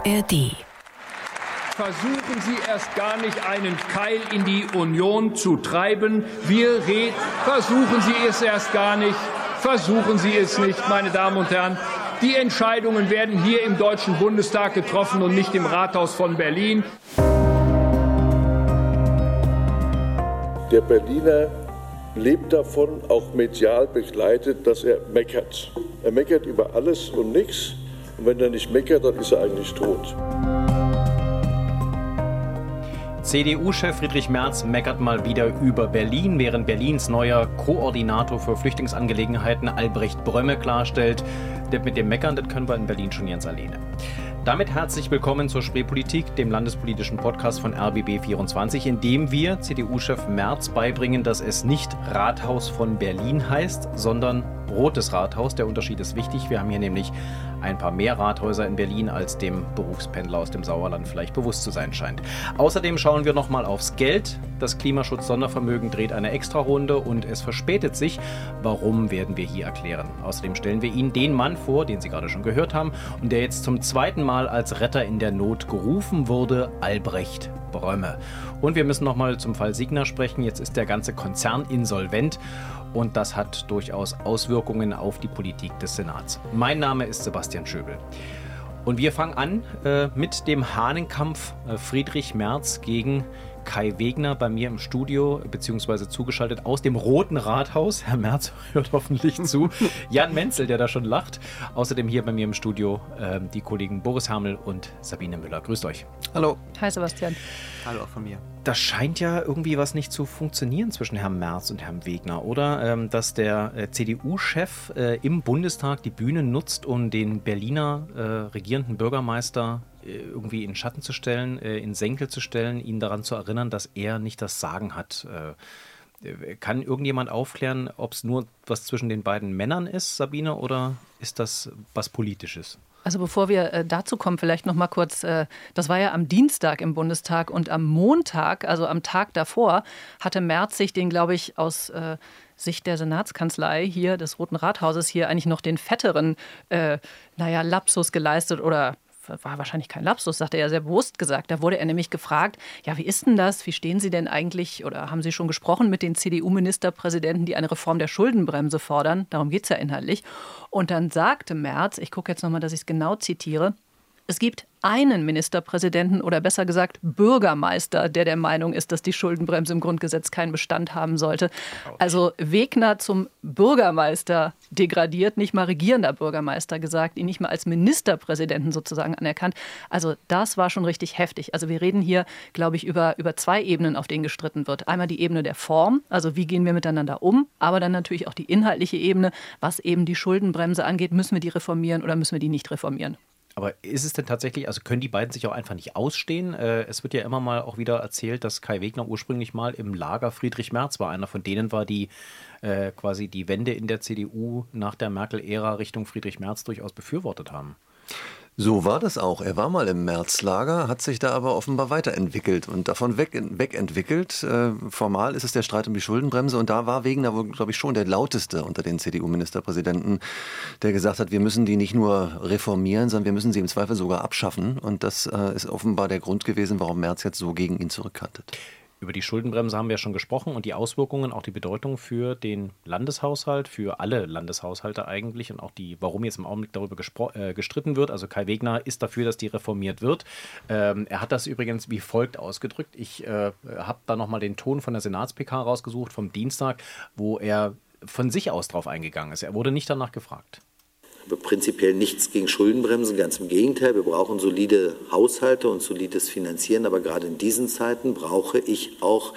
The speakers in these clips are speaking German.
ARD. Versuchen Sie erst gar nicht einen Keil in die Union zu treiben. Versuchen Sie es erst gar nicht. Versuchen Sie es nicht, meine Damen und Herren. Die Entscheidungen werden hier im Deutschen Bundestag getroffen und nicht im Rathaus von Berlin. Der Berliner lebt davon, auch medial begleitet, dass er meckert. Er meckert über alles und nichts. Und wenn er nicht meckert, dann ist er eigentlich tot. CDU-Chef Friedrich Merz meckert mal wieder über Berlin, während Berlins neuer Koordinator für Flüchtlingsangelegenheiten Albrecht Brömme klarstellt, mit dem Meckern, das können wir in Berlin schon ganz alleine. Damit herzlich willkommen zur Spreepolitik, dem landespolitischen Podcast von RBB24, in dem wir CDU-Chef Merz beibringen, dass es nicht Rathaus von Berlin heißt, sondern Rotes Rathaus. Der Unterschied ist wichtig. Wir haben hier nämlich ein paar mehr Rathäuser in Berlin, als dem Berufspendler aus dem Sauerland vielleicht bewusst zu sein scheint. Außerdem schauen wir nochmal aufs Geld. Das Klimaschutz-Sondervermögen dreht eine Extrarunde und es verspätet sich. Warum, werden wir hier erklären. Außerdem stellen wir Ihnen den Mann vor, den Sie gerade schon gehört haben und der jetzt zum zweiten Mal als Retter in der Not gerufen wurde, Albrecht Brömme. Und wir müssen nochmal zum Fall Signa sprechen. Jetzt ist der ganze Konzern insolvent. Und das hat durchaus Auswirkungen auf die Politik des Senats. Mein Name ist Sebastian Schöbel. Und wir fangen an mit dem Hahnenkampf Friedrich Merz gegen Kai Wegner bei mir im Studio, beziehungsweise zugeschaltet aus dem Roten Rathaus. Herr Merz hört hoffentlich zu. Jan Menzel, der da schon lacht. Außerdem hier bei mir im Studio die Kollegen Boris Hermel und Sabine Müller. Grüßt euch. Hallo. Hi Sebastian. Hallo auch von mir. Da scheint ja irgendwie was nicht zu funktionieren zwischen Herrn Merz und Herrn Wegner, oder? Dass der CDU-Chef im Bundestag die Bühne nutzt, um den Berliner regierenden Bürgermeister irgendwie in Schatten zu stellen, in Senkel zu stellen, ihn daran zu erinnern, dass er nicht das Sagen hat. Kann irgendjemand aufklären, ob es nur was zwischen den beiden Männern ist, Sabine, oder ist das was Politisches? Also bevor wir dazu kommen, vielleicht noch mal kurz, das war ja am Dienstag im Bundestag und am Montag, also am Tag davor, hatte Merz sich den, glaube ich, aus Sicht der Senatskanzlei hier des Roten Rathauses hier eigentlich noch den fetteren, Lapsus geleistet oder war wahrscheinlich kein Lapsus, sagt er ja sehr bewusst gesagt. Da wurde er nämlich gefragt, ja, wie ist denn das? Wie stehen Sie denn eigentlich oder haben Sie schon gesprochen mit den CDU-Ministerpräsidenten, die eine Reform der Schuldenbremse fordern? Darum geht es ja inhaltlich. Und dann sagte Merz, ich gucke jetzt nochmal, dass ich es genau zitiere, es gibt einen Ministerpräsidenten oder besser gesagt Bürgermeister, der Meinung ist, dass die Schuldenbremse im Grundgesetz keinen Bestand haben sollte. Also Wegner zum Bürgermeister degradiert, nicht mal regierender Bürgermeister gesagt, ihn nicht mal als Ministerpräsidenten sozusagen anerkannt. Also das war schon richtig heftig. Also wir reden hier, glaube ich, über zwei Ebenen, auf denen gestritten wird. Einmal die Ebene der Form, also wie gehen wir miteinander um, aber dann natürlich auch die inhaltliche Ebene, was eben die Schuldenbremse angeht, müssen wir die reformieren oder müssen wir die nicht reformieren? Aber ist es denn tatsächlich, also können die beiden sich auch einfach nicht ausstehen? Es wird ja immer mal auch wieder erzählt, dass Kai Wegner ursprünglich mal im Lager Friedrich Merz war. Einer von denen war, die quasi die Wende in der CDU nach der Merkel-Ära Richtung Friedrich Merz durchaus befürwortet haben. So war das auch. Er war mal im Merz-Lager, hat sich da aber offenbar weiterentwickelt und davon wegentwickelt. Formal ist es der Streit um die Schuldenbremse und da war Wegner wohl, glaube ich, schon der lauteste unter den CDU-Ministerpräsidenten, der gesagt hat, wir müssen die nicht nur reformieren, sondern wir müssen sie im Zweifel sogar abschaffen. Und das ist offenbar der Grund gewesen, warum Merz jetzt so gegen ihn zurückkantet. Über die Schuldenbremse haben wir ja schon gesprochen und die Auswirkungen, auch die Bedeutung für den Landeshaushalt, für alle Landeshaushalte eigentlich und auch warum jetzt im Augenblick darüber gestritten wird. Also Kai Wegner ist dafür, dass die reformiert wird. Er hat das übrigens wie folgt ausgedrückt. Ich habe da nochmal den Ton von der Senats-PK rausgesucht vom Dienstag, wo er von sich aus drauf eingegangen ist. Er wurde nicht danach gefragt. Prinzipiell nichts gegen Schuldenbremsen, ganz im Gegenteil. Wir brauchen solide Haushalte und solides Finanzieren, aber gerade in diesen Zeiten brauche ich auch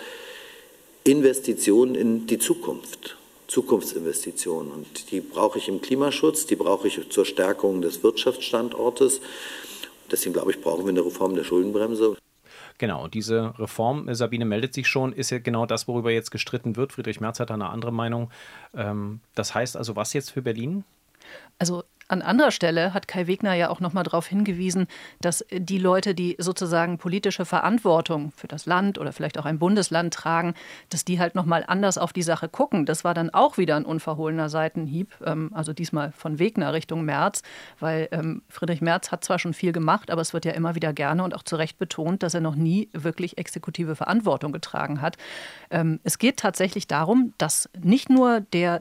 Investitionen in die Zukunft, Zukunftsinvestitionen. Und die brauche ich im Klimaschutz, die brauche ich zur Stärkung des Wirtschaftsstandortes. Deswegen, glaube ich, brauchen wir eine Reform der Schuldenbremse. Genau, und diese Reform, Sabine meldet sich schon, ist ja genau das, worüber jetzt gestritten wird. Friedrich Merz hat da eine andere Meinung. Das heißt also, was jetzt für Berlin? Also an anderer Stelle hat Kai Wegner ja auch nochmal darauf hingewiesen, dass die Leute, die sozusagen politische Verantwortung für das Land oder vielleicht auch ein Bundesland tragen, dass die halt nochmal anders auf die Sache gucken. Das war dann auch wieder ein unverhohlener Seitenhieb, also diesmal von Wegner Richtung Merz, weil Friedrich Merz hat zwar schon viel gemacht, aber es wird ja immer wieder gerne und auch zu Recht betont, dass er noch nie wirklich exekutive Verantwortung getragen hat. Es geht tatsächlich darum, dass nicht nur der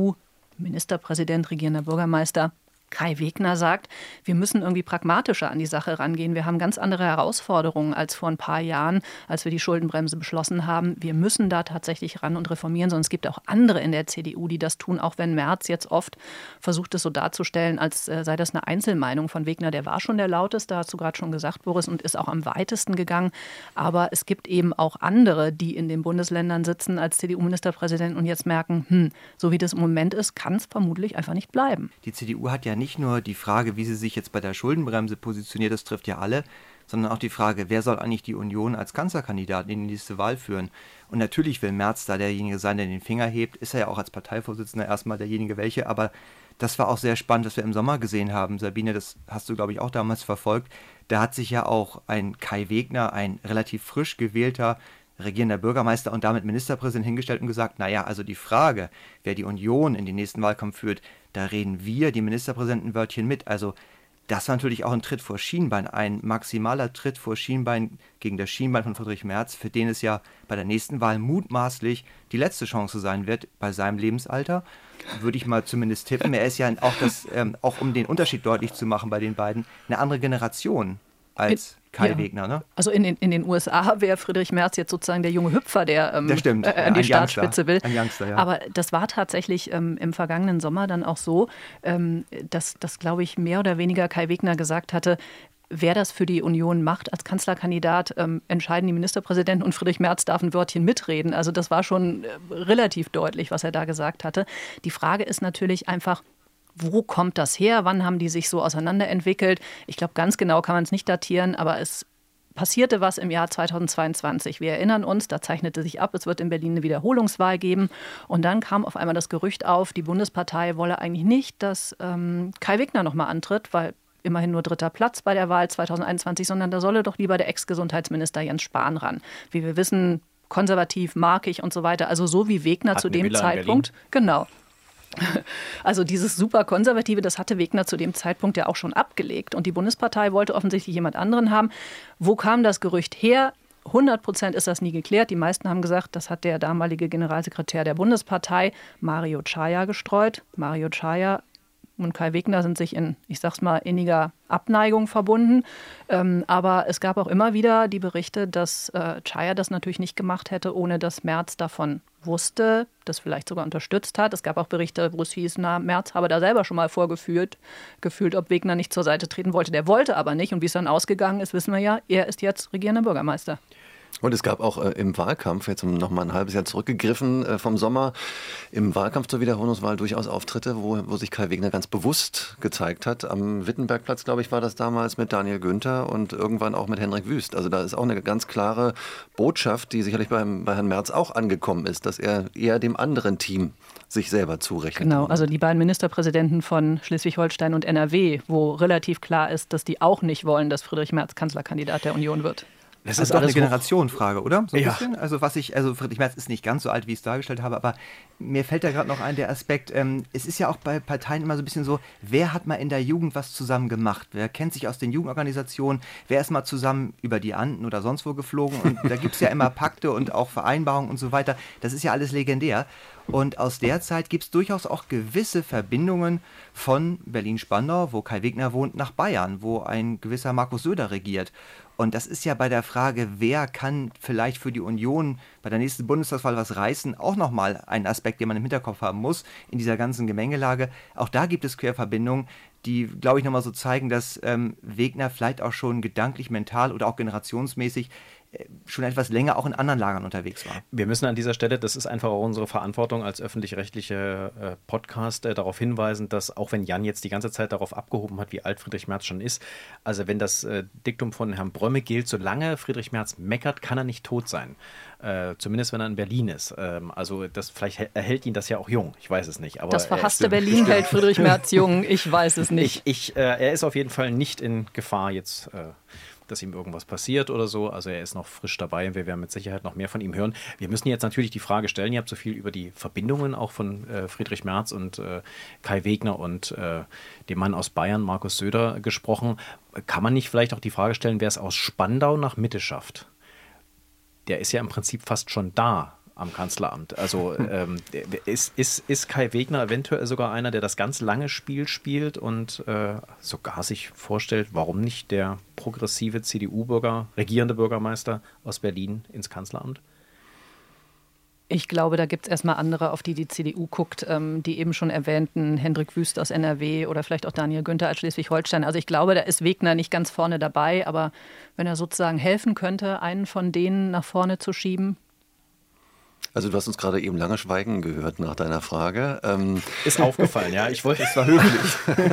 CDU-Ministerpräsident, regierender Bürgermeister Kai Wegner sagt, wir müssen irgendwie pragmatischer an die Sache rangehen. Wir haben ganz andere Herausforderungen als vor ein paar Jahren, als wir die Schuldenbremse beschlossen haben. Wir müssen da tatsächlich ran und reformieren, sondern es gibt auch andere in der CDU, die das tun, auch wenn Merz jetzt oft versucht, es so darzustellen, als sei das eine Einzelmeinung von Wegner. Der war schon der lauteste, hast du gerade schon gesagt, Boris, und ist auch am weitesten gegangen. Aber es gibt eben auch andere, die in den Bundesländern sitzen als CDU-Ministerpräsident und jetzt merken, so wie das im Moment ist, kann es vermutlich einfach nicht bleiben. Die CDU hat ja nicht nur die Frage, wie sie sich jetzt bei der Schuldenbremse positioniert, das trifft ja alle, sondern auch die Frage, wer soll eigentlich die Union als Kanzlerkandidat in die nächste Wahl führen? Und natürlich will Merz da derjenige sein, der den Finger hebt, ist er ja auch als Parteivorsitzender erstmal derjenige welche, aber das war auch sehr spannend, was wir im Sommer gesehen haben. Sabine, das hast du, glaube ich, auch damals verfolgt. Da hat sich ja auch ein Kai Wegner, ein relativ frisch gewählter regierender Bürgermeister und damit Ministerpräsident hingestellt und gesagt, naja, also die Frage, wer die Union in den nächsten Wahlkampf führt, da reden wir, die Ministerpräsidentenwörtchen mit. Also das war natürlich auch ein Tritt vor Schienbein, ein maximaler Tritt vor Schienbein gegen das Schienbein von Friedrich Merz, für den es ja bei der nächsten Wahl mutmaßlich die letzte Chance sein wird bei seinem Lebensalter. Würde ich mal zumindest tippen. Er ist ja auch, auch um den Unterschied deutlich zu machen bei den beiden, eine andere Generation als Kai Wegner, ne? Also in den USA wäre Friedrich Merz jetzt sozusagen der junge Hüpfer, der an die Staatsspitze will. Ein Youngster, ja. Aber das war tatsächlich im vergangenen Sommer dann auch so, dass glaube ich, mehr oder weniger Kai Wegner gesagt hatte, wer das für die Union macht als Kanzlerkandidat, entscheiden die Ministerpräsidenten und Friedrich Merz darf ein Wörtchen mitreden. Also das war schon relativ deutlich, was er da gesagt hatte. Die Frage ist natürlich einfach, wo kommt das her? Wann haben die sich so auseinanderentwickelt? Ich glaube, ganz genau kann man es nicht datieren, aber es passierte was im Jahr 2022. Wir erinnern uns, da zeichnete sich ab, es wird in Berlin eine Wiederholungswahl geben. Und dann kam auf einmal das Gerücht auf, die Bundespartei wolle eigentlich nicht, dass Kai Wegner nochmal antritt, weil immerhin nur 3. Platz bei der Wahl 2021, sondern da solle doch lieber der Ex-Gesundheitsminister Jens Spahn ran. Wie wir wissen, konservativ, markig und so weiter. Also so wie Wegner zu dem Zeitpunkt. Genau. Also dieses super Konservative, das hatte Wegner zu dem Zeitpunkt ja auch schon abgelegt. Und die Bundespartei wollte offensichtlich jemand anderen haben. Wo kam das Gerücht her? 100% ist das nie geklärt. Die meisten haben gesagt, das hat der damalige Generalsekretär der Bundespartei, Mario Chaya, gestreut. Mario Chaya und Kai Wegner sind sich in, ich sag's mal, inniger Abneigung verbunden. Aber es gab auch immer wieder die Berichte, dass Chaya das natürlich nicht gemacht hätte, ohne dass Merz davon wusste, das vielleicht sogar unterstützt hat. Es gab auch Berichte, wo es hieß, Merz habe da selber schon mal gefühlt, ob Wegner nicht zur Seite treten wollte. Der wollte aber nicht. Und wie es dann ausgegangen ist, wissen wir ja, er ist jetzt regierender Bürgermeister. Und es gab auch im Wahlkampf, jetzt noch mal ein halbes Jahr zurückgegriffen vom Sommer, im Wahlkampf zur Wiederholungswahl durchaus Auftritte, wo sich Kai Wegner ganz bewusst gezeigt hat. Am Wittenbergplatz, glaube ich, war das damals mit Daniel Günther und irgendwann auch mit Henrik Wüst. Also da ist auch eine ganz klare Botschaft, die sicherlich bei Herrn Merz auch angekommen ist, dass er eher dem anderen Team sich selber zurechnet. Genau, also die beiden Ministerpräsidenten von Schleswig-Holstein und NRW, wo relativ klar ist, dass die auch nicht wollen, dass Friedrich Merz Kanzlerkandidat der Union wird. Das ist doch eine Generationenfrage, oder? So ein bisschen? Also Friedrich Merz ist nicht ganz so alt, wie ich es dargestellt habe, aber mir fällt da gerade noch ein, der Aspekt, es ist ja auch bei Parteien immer so ein bisschen so, wer hat mal in der Jugend was zusammen gemacht? Wer kennt sich aus den Jugendorganisationen? Wer ist mal zusammen über die Anden oder sonst wo geflogen? Und da gibt es ja immer Pakte und auch Vereinbarungen und so weiter. Das ist ja alles legendär. Und aus der Zeit gibt es durchaus auch gewisse Verbindungen von Berlin-Spandau, wo Kai Wegner wohnt, nach Bayern, wo ein gewisser Markus Söder regiert. Und das ist ja bei der Frage, wer kann vielleicht für die Union bei der nächsten Bundestagswahl was reißen, auch nochmal ein Aspekt, den man im Hinterkopf haben muss in dieser ganzen Gemengelage. Auch da gibt es Querverbindungen, die, glaube ich, nochmal so zeigen, dass Wegner vielleicht auch schon gedanklich, mental oder auch generationsmäßig schon etwas länger auch in anderen Lagern unterwegs war. Wir müssen an dieser Stelle, das ist einfach auch unsere Verantwortung als öffentlich-rechtliche Podcast, darauf hinweisen, dass auch wenn Jan jetzt die ganze Zeit darauf abgehoben hat, wie alt Friedrich Merz schon ist, also wenn das Diktum von Herrn Brömme gilt, solange Friedrich Merz meckert, kann er nicht tot sein. Zumindest wenn er in Berlin ist. Also vielleicht erhält ihn das ja auch jung, ich weiß es nicht. Aber das verhasste Berlin hält Friedrich Merz jung, ich weiß es nicht. Er ist auf jeden Fall nicht in Gefahr jetzt, dass ihm irgendwas passiert oder so. Also er ist noch frisch dabei und wir werden mit Sicherheit noch mehr von ihm hören. Wir müssen jetzt natürlich die Frage stellen, ihr habt so viel über die Verbindungen auch von Friedrich Merz und Kai Wegner und dem Mann aus Bayern, Markus Söder, gesprochen. Kann man nicht vielleicht auch die Frage stellen, wer es aus Spandau nach Mitte schafft? Der ist ja im Prinzip fast schon da am Kanzleramt. Also ist Kai Wegner eventuell sogar einer, der das ganz lange Spiel spielt und sogar sich vorstellt, warum nicht der progressive CDU-Bürger, regierende Bürgermeister aus Berlin ins Kanzleramt? Ich glaube, da gibt es erstmal andere, auf die CDU guckt, die eben schon erwähnten Hendrik Wüst aus NRW oder vielleicht auch Daniel Günther als Schleswig-Holstein. Also ich glaube, da ist Wegner nicht ganz vorne dabei, aber wenn er sozusagen helfen könnte, einen von denen nach vorne zu schieben. Also du hast uns gerade eben lange schweigen gehört nach deiner Frage. Ist aufgefallen, ja. Ich wollte, es war höflich.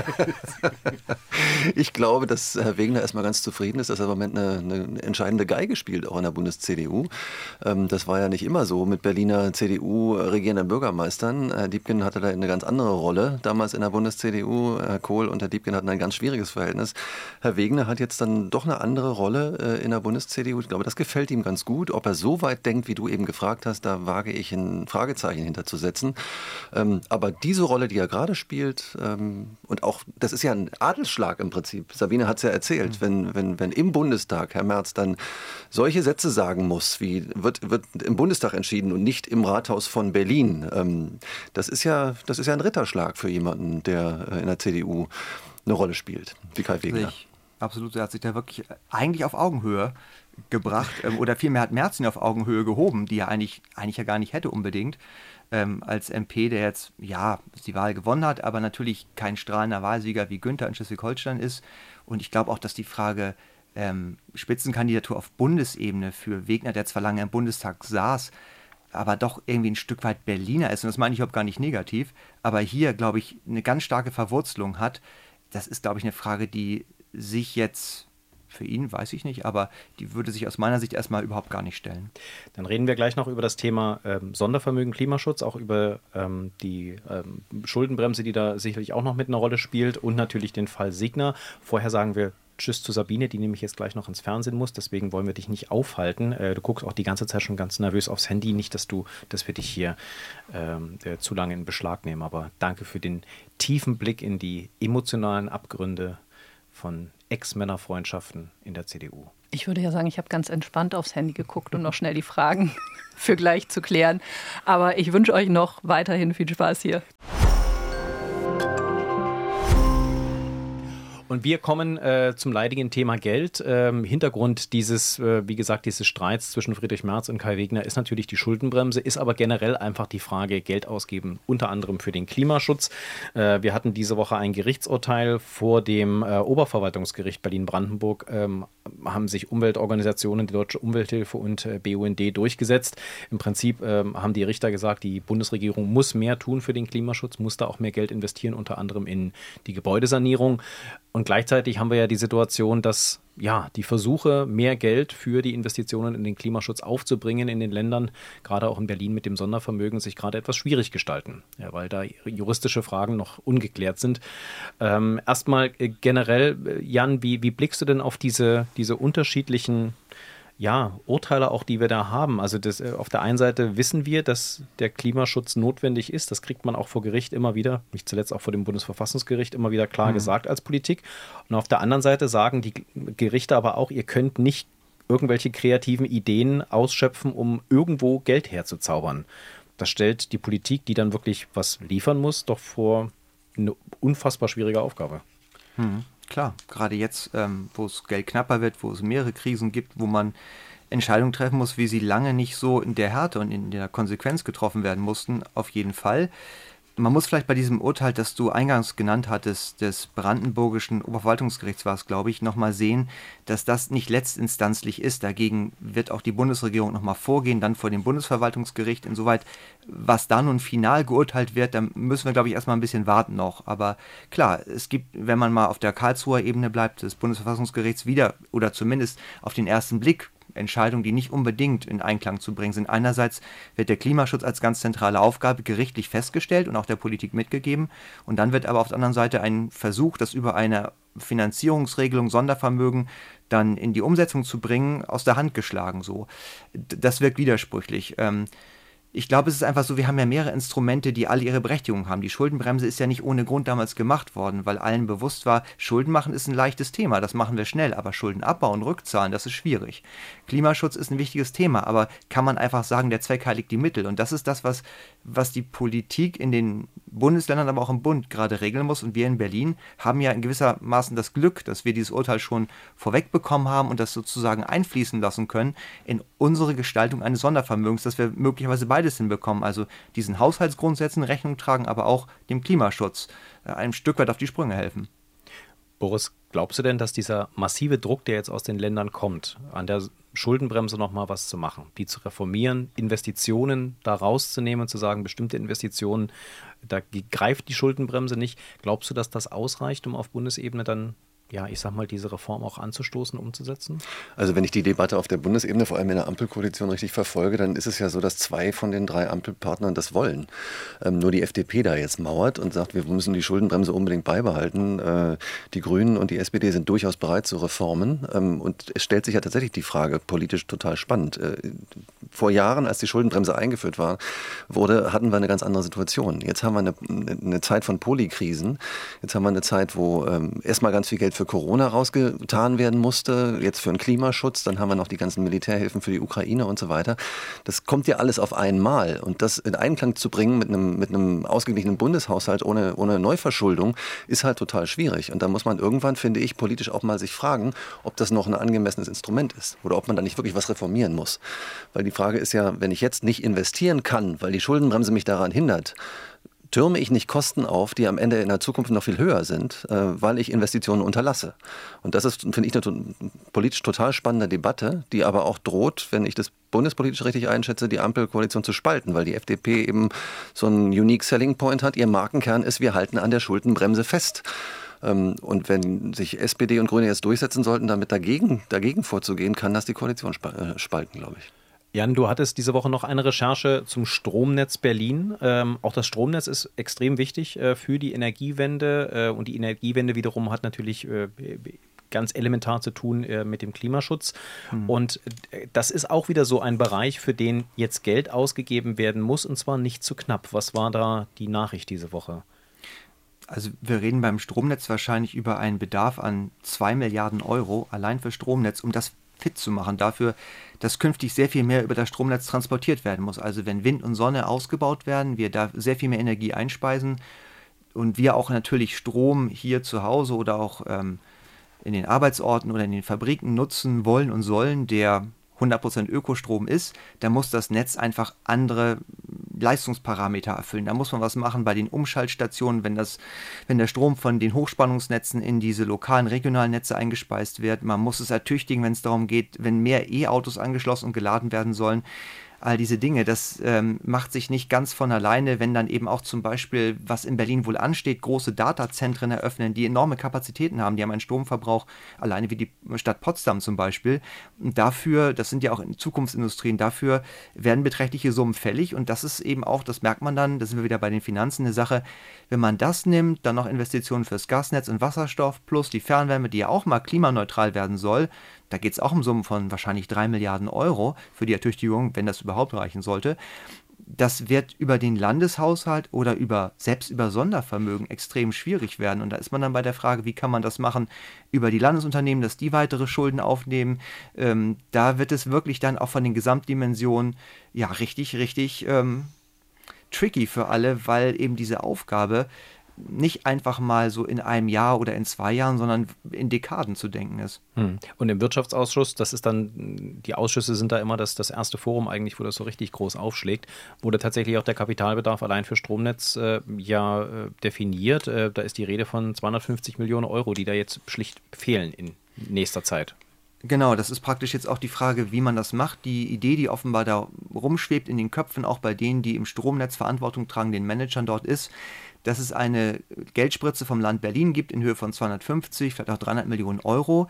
Ich glaube, dass Herr Wegner erstmal ganz zufrieden ist, dass er im Moment eine entscheidende Geige spielt, auch in der Bundes-CDU. Das war ja nicht immer so mit Berliner CDU-regierenden Bürgermeistern. Herr Diepgen hatte da eine ganz andere Rolle damals in der Bundes-CDU. Herr Kohl und Herr Diepgen hatten ein ganz schwieriges Verhältnis. Herr Wegner hat jetzt dann doch eine andere Rolle in der Bundes-CDU. Ich glaube, das gefällt ihm ganz gut. Ob er so weit denkt, wie du eben gefragt hast, da wage ich ein Fragezeichen hinterzusetzen. Aber diese Rolle, die er gerade spielt, und auch, das ist ja ein Adelsschlag im Prinzip. Sabine hat es ja erzählt, wenn im Bundestag Herr Merz dann solche Sätze sagen muss, wie wird im Bundestag entschieden und nicht im Rathaus von Berlin. Das ist ja ein Ritterschlag für jemanden, der in der CDU eine Rolle spielt, wie Kai Wegner. Absolut, er hat sich da wirklich eigentlich auf Augenhöhe gebracht, oder vielmehr hat Merz ihn auf Augenhöhe gehoben, die er eigentlich ja gar nicht hätte unbedingt, als MP, der jetzt, ja, die Wahl gewonnen hat, aber natürlich kein strahlender Wahlsieger wie Günther in Schleswig-Holstein ist. Und ich glaube auch, dass die Frage Spitzenkandidatur auf Bundesebene für Wegner, der zwar lange im Bundestag saß, aber doch irgendwie ein Stück weit Berliner ist, und das meine ich überhaupt gar nicht negativ, aber hier, glaube ich, eine ganz starke Verwurzelung hat. Das ist, glaube ich, eine Frage, die sich jetzt für ihn, weiß ich nicht, aber die würde sich aus meiner Sicht erstmal überhaupt gar nicht stellen. Dann reden wir gleich noch über das Thema Sondervermögen, Klimaschutz, auch über die Schuldenbremse, die da sicherlich auch noch mit einer Rolle spielt, und natürlich den Fall Signa. Vorher sagen wir Tschüss zu Sabine, die nämlich jetzt gleich noch ins Fernsehen muss, deswegen wollen wir dich nicht aufhalten. Du guckst auch die ganze Zeit schon ganz nervös aufs Handy, nicht, dass wir dich hier zu lange in Beschlag nehmen, aber danke für den tiefen Blick in die emotionalen Abgründe von Ex-Männerfreundschaften in der CDU. Ich würde ja sagen, ich habe ganz entspannt aufs Handy geguckt, um noch schnell die Fragen für gleich zu klären. Aber ich wünsche euch noch weiterhin viel Spaß hier. Und wir kommen zum leidigen Thema Geld. Hintergrund dieses, wie gesagt, dieses Streits zwischen Friedrich Merz und Kai Wegner ist natürlich die Schuldenbremse, ist aber generell einfach die Frage, Geld ausgeben, unter anderem für den Klimaschutz. Wir hatten diese Woche ein Gerichtsurteil vor dem Oberverwaltungsgericht Berlin-Brandenburg, haben sich Umweltorganisationen, die Deutsche Umwelthilfe und BUND durchgesetzt. Im Prinzip haben die Richter gesagt, die Bundesregierung muss mehr tun für den Klimaschutz, muss da auch mehr Geld investieren, unter anderem in die Gebäudesanierung. Und gleichzeitig haben wir ja die Situation, dass ja, die Versuche, mehr Geld für die Investitionen in den Klimaschutz aufzubringen in den Ländern, gerade auch in Berlin mit dem Sondervermögen, sich gerade etwas schwierig gestalten, ja, weil da juristische Fragen noch ungeklärt sind. Erstmal generell, Jan, wie blickst du denn auf diese unterschiedlichen Urteile auch, die wir da haben? Also auf der einen Seite wissen wir, dass der Klimaschutz notwendig ist. Das kriegt man auch vor Gericht immer wieder, nicht zuletzt auch vor dem Bundesverfassungsgericht, immer wieder klar gesagt als Politik. Und auf der anderen Seite sagen die Gerichte aber auch, ihr könnt nicht irgendwelche kreativen Ideen ausschöpfen, um irgendwo Geld herzuzaubern. Das stellt die Politik, die dann wirklich was liefern muss, doch vor eine unfassbar schwierige Aufgabe. Klar, gerade jetzt, wo es Geld knapper wird, wo es mehrere Krisen gibt, wo man Entscheidungen treffen muss, wie sie lange nicht so in der Härte und in der Konsequenz getroffen werden mussten, auf jeden Fall. Man muss vielleicht bei diesem Urteil, das du eingangs genannt hattest, des brandenburgischen Oberverwaltungsgerichts war es, glaube ich, nochmal sehen, dass das nicht letztinstanzlich ist. Dagegen wird auch die Bundesregierung nochmal vorgehen, dann vor dem Bundesverwaltungsgericht. Insoweit, was da nun final geurteilt wird, da müssen wir, glaube ich, erstmal ein bisschen warten noch. Aber klar, es gibt, wenn man mal auf der Karlsruher Ebene bleibt, des Bundesverfassungsgerichts wieder, oder zumindest auf den ersten Blick, Entscheidungen, die nicht unbedingt in Einklang zu bringen sind. Einerseits wird der Klimaschutz als ganz zentrale Aufgabe gerichtlich festgestellt und auch der Politik mitgegeben. Und dann wird aber auf der anderen Seite ein Versuch, das über eine Finanzierungsregelung, Sondervermögen dann in die Umsetzung zu bringen, aus der Hand geschlagen. So. Das wirkt widersprüchlich. Ich glaube, es ist einfach so, wir haben ja mehrere Instrumente, die alle ihre Berechtigung haben. Die Schuldenbremse ist ja nicht ohne Grund damals gemacht worden, weil allen bewusst war, Schulden machen ist ein leichtes Thema, das machen wir schnell, aber Schulden abbauen, rückzahlen, das ist schwierig. Klimaschutz ist ein wichtiges Thema, aber kann man einfach sagen, der Zweck heiligt die Mittel. Und das ist das, was die Politik in den Bundesländern, aber auch im Bund gerade regeln muss. Und wir in Berlin haben ja in gewissermaßen das Glück, dass wir dieses Urteil schon vorweg bekommen haben und das sozusagen einfließen lassen können in unsere Gestaltung eines Sondervermögens, dass wir möglicherweise beides hinbekommen, also diesen Haushaltsgrundsätzen Rechnung tragen, aber auch dem Klimaschutz ein Stück weit auf die Sprünge helfen. Boris, glaubst du denn, dass dieser massive Druck, der jetzt aus den Ländern kommt, an der Schuldenbremse nochmal was zu machen, die zu reformieren, Investitionen da rauszunehmen und zu sagen, bestimmte Investitionen, da greift die Schuldenbremse nicht. Glaubst du, dass das ausreicht, um auf Bundesebene dann, ja, ich sag mal, diese Reform auch anzustoßen, umzusetzen? Also wenn ich die Debatte auf der Bundesebene, vor allem in der Ampelkoalition, richtig verfolge, dann ist es ja so, dass 2 von den 3 Ampelpartnern das wollen. Nur die FDP da jetzt mauert und sagt, wir müssen die Schuldenbremse unbedingt beibehalten. Die Grünen und die SPD sind durchaus bereit zu Reformen. Und es stellt sich ja tatsächlich die Frage, politisch total spannend. Vor Jahren, als die Schuldenbremse eingeführt wurde, hatten wir eine ganz andere Situation. Jetzt haben wir eine Zeit von Polykrisen. Jetzt haben wir eine Zeit, wo erstmal ganz viel Geld für Corona rausgetan werden musste, jetzt für den Klimaschutz, dann haben wir noch die ganzen Militärhilfen für die Ukraine und so weiter. Das kommt ja alles auf einmal und das in Einklang zu bringen mit einem ausgeglichenen Bundeshaushalt ohne Neuverschuldung ist halt total schwierig und da muss man irgendwann, finde ich, politisch auch mal sich fragen, ob das noch ein angemessenes Instrument ist oder ob man da nicht wirklich was reformieren muss. Weil die Frage ist ja, wenn ich jetzt nicht investieren kann, weil die Schuldenbremse mich daran hindert, türme ich nicht Kosten auf, die am Ende in der Zukunft noch viel höher sind, weil ich Investitionen unterlasse. Und das ist, finde ich, eine politisch total spannende Debatte, die aber auch droht, wenn ich das bundespolitisch richtig einschätze, die Ampelkoalition zu spalten, weil die FDP eben so einen Unique Selling Point hat. Ihr Markenkern ist, wir halten an der Schuldenbremse fest. Und wenn sich SPD und Grüne jetzt durchsetzen sollten, damit dagegen vorzugehen, kann das die Koalition spalten, glaube ich. Jan, du hattest diese Woche noch eine Recherche zum Stromnetz Berlin. Auch das Stromnetz ist extrem wichtig für die Energiewende und die Energiewende wiederum hat natürlich ganz elementar zu tun mit dem Klimaschutz. Und das ist auch wieder so ein Bereich, für den jetzt Geld ausgegeben werden muss und zwar nicht zu knapp. Was war da die Nachricht diese Woche? Also wir reden beim Stromnetz wahrscheinlich über einen Bedarf an 2 Milliarden Euro allein für Stromnetz, um das fit zu machen, dafür, dass künftig sehr viel mehr über das Stromnetz transportiert werden muss. Also wenn Wind und Sonne ausgebaut werden, wir da sehr viel mehr Energie einspeisen und wir auch natürlich Strom hier zu Hause oder auch in den Arbeitsorten oder in den Fabriken nutzen wollen und sollen, der 100% Ökostrom ist, dann muss das Netz einfach andere Leistungsparameter erfüllen. Da muss man was machen bei den Umschaltstationen, wenn der Strom von den Hochspannungsnetzen in diese lokalen, regionalen Netze eingespeist wird. Man muss es ertüchtigen, wenn es darum geht, wenn mehr E-Autos angeschlossen und geladen werden sollen. All diese Dinge, das macht sich nicht ganz von alleine, wenn dann eben auch zum Beispiel, was in Berlin wohl ansteht, große Datazentren eröffnen, die enorme Kapazitäten haben, die haben einen Stromverbrauch, alleine wie die Stadt Potsdam zum Beispiel. Und dafür, das sind ja auch Zukunftsindustrien, dafür werden beträchtliche Summen fällig und das ist eben auch, das merkt man dann, da sind wir wieder bei den Finanzen, eine Sache, wenn man das nimmt, dann noch Investitionen fürs Gasnetz und Wasserstoff plus die Fernwärme, die ja auch mal klimaneutral werden soll, da geht es auch um Summen von wahrscheinlich 3 Milliarden Euro für die Ertüchtigung, wenn das überhaupt reichen sollte. Das wird über den Landeshaushalt oder selbst über Sondervermögen extrem schwierig werden. Und da ist man dann bei der Frage, wie kann man das machen über die Landesunternehmen, dass die weitere Schulden aufnehmen. Da wird es wirklich dann auch von den Gesamtdimensionen ja richtig tricky für alle, weil eben diese Aufgabe nicht einfach mal so in einem Jahr oder in 2 Jahren, sondern in Dekaden zu denken ist. Und im Wirtschaftsausschuss, das ist dann, die Ausschüsse sind da immer das erste Forum eigentlich, wo das so richtig groß aufschlägt, wurde tatsächlich auch der Kapitalbedarf allein für Stromnetz definiert. Da ist die Rede von 250 Millionen Euro, die da jetzt schlicht fehlen in nächster Zeit. Genau, das ist praktisch jetzt auch die Frage, wie man das macht. Die Idee, die offenbar da rumschwebt in den Köpfen, auch bei denen, die im Stromnetz Verantwortung tragen, den Managern dort ist, dass es eine Geldspritze vom Land Berlin gibt in Höhe von 250, vielleicht auch 300 Millionen Euro.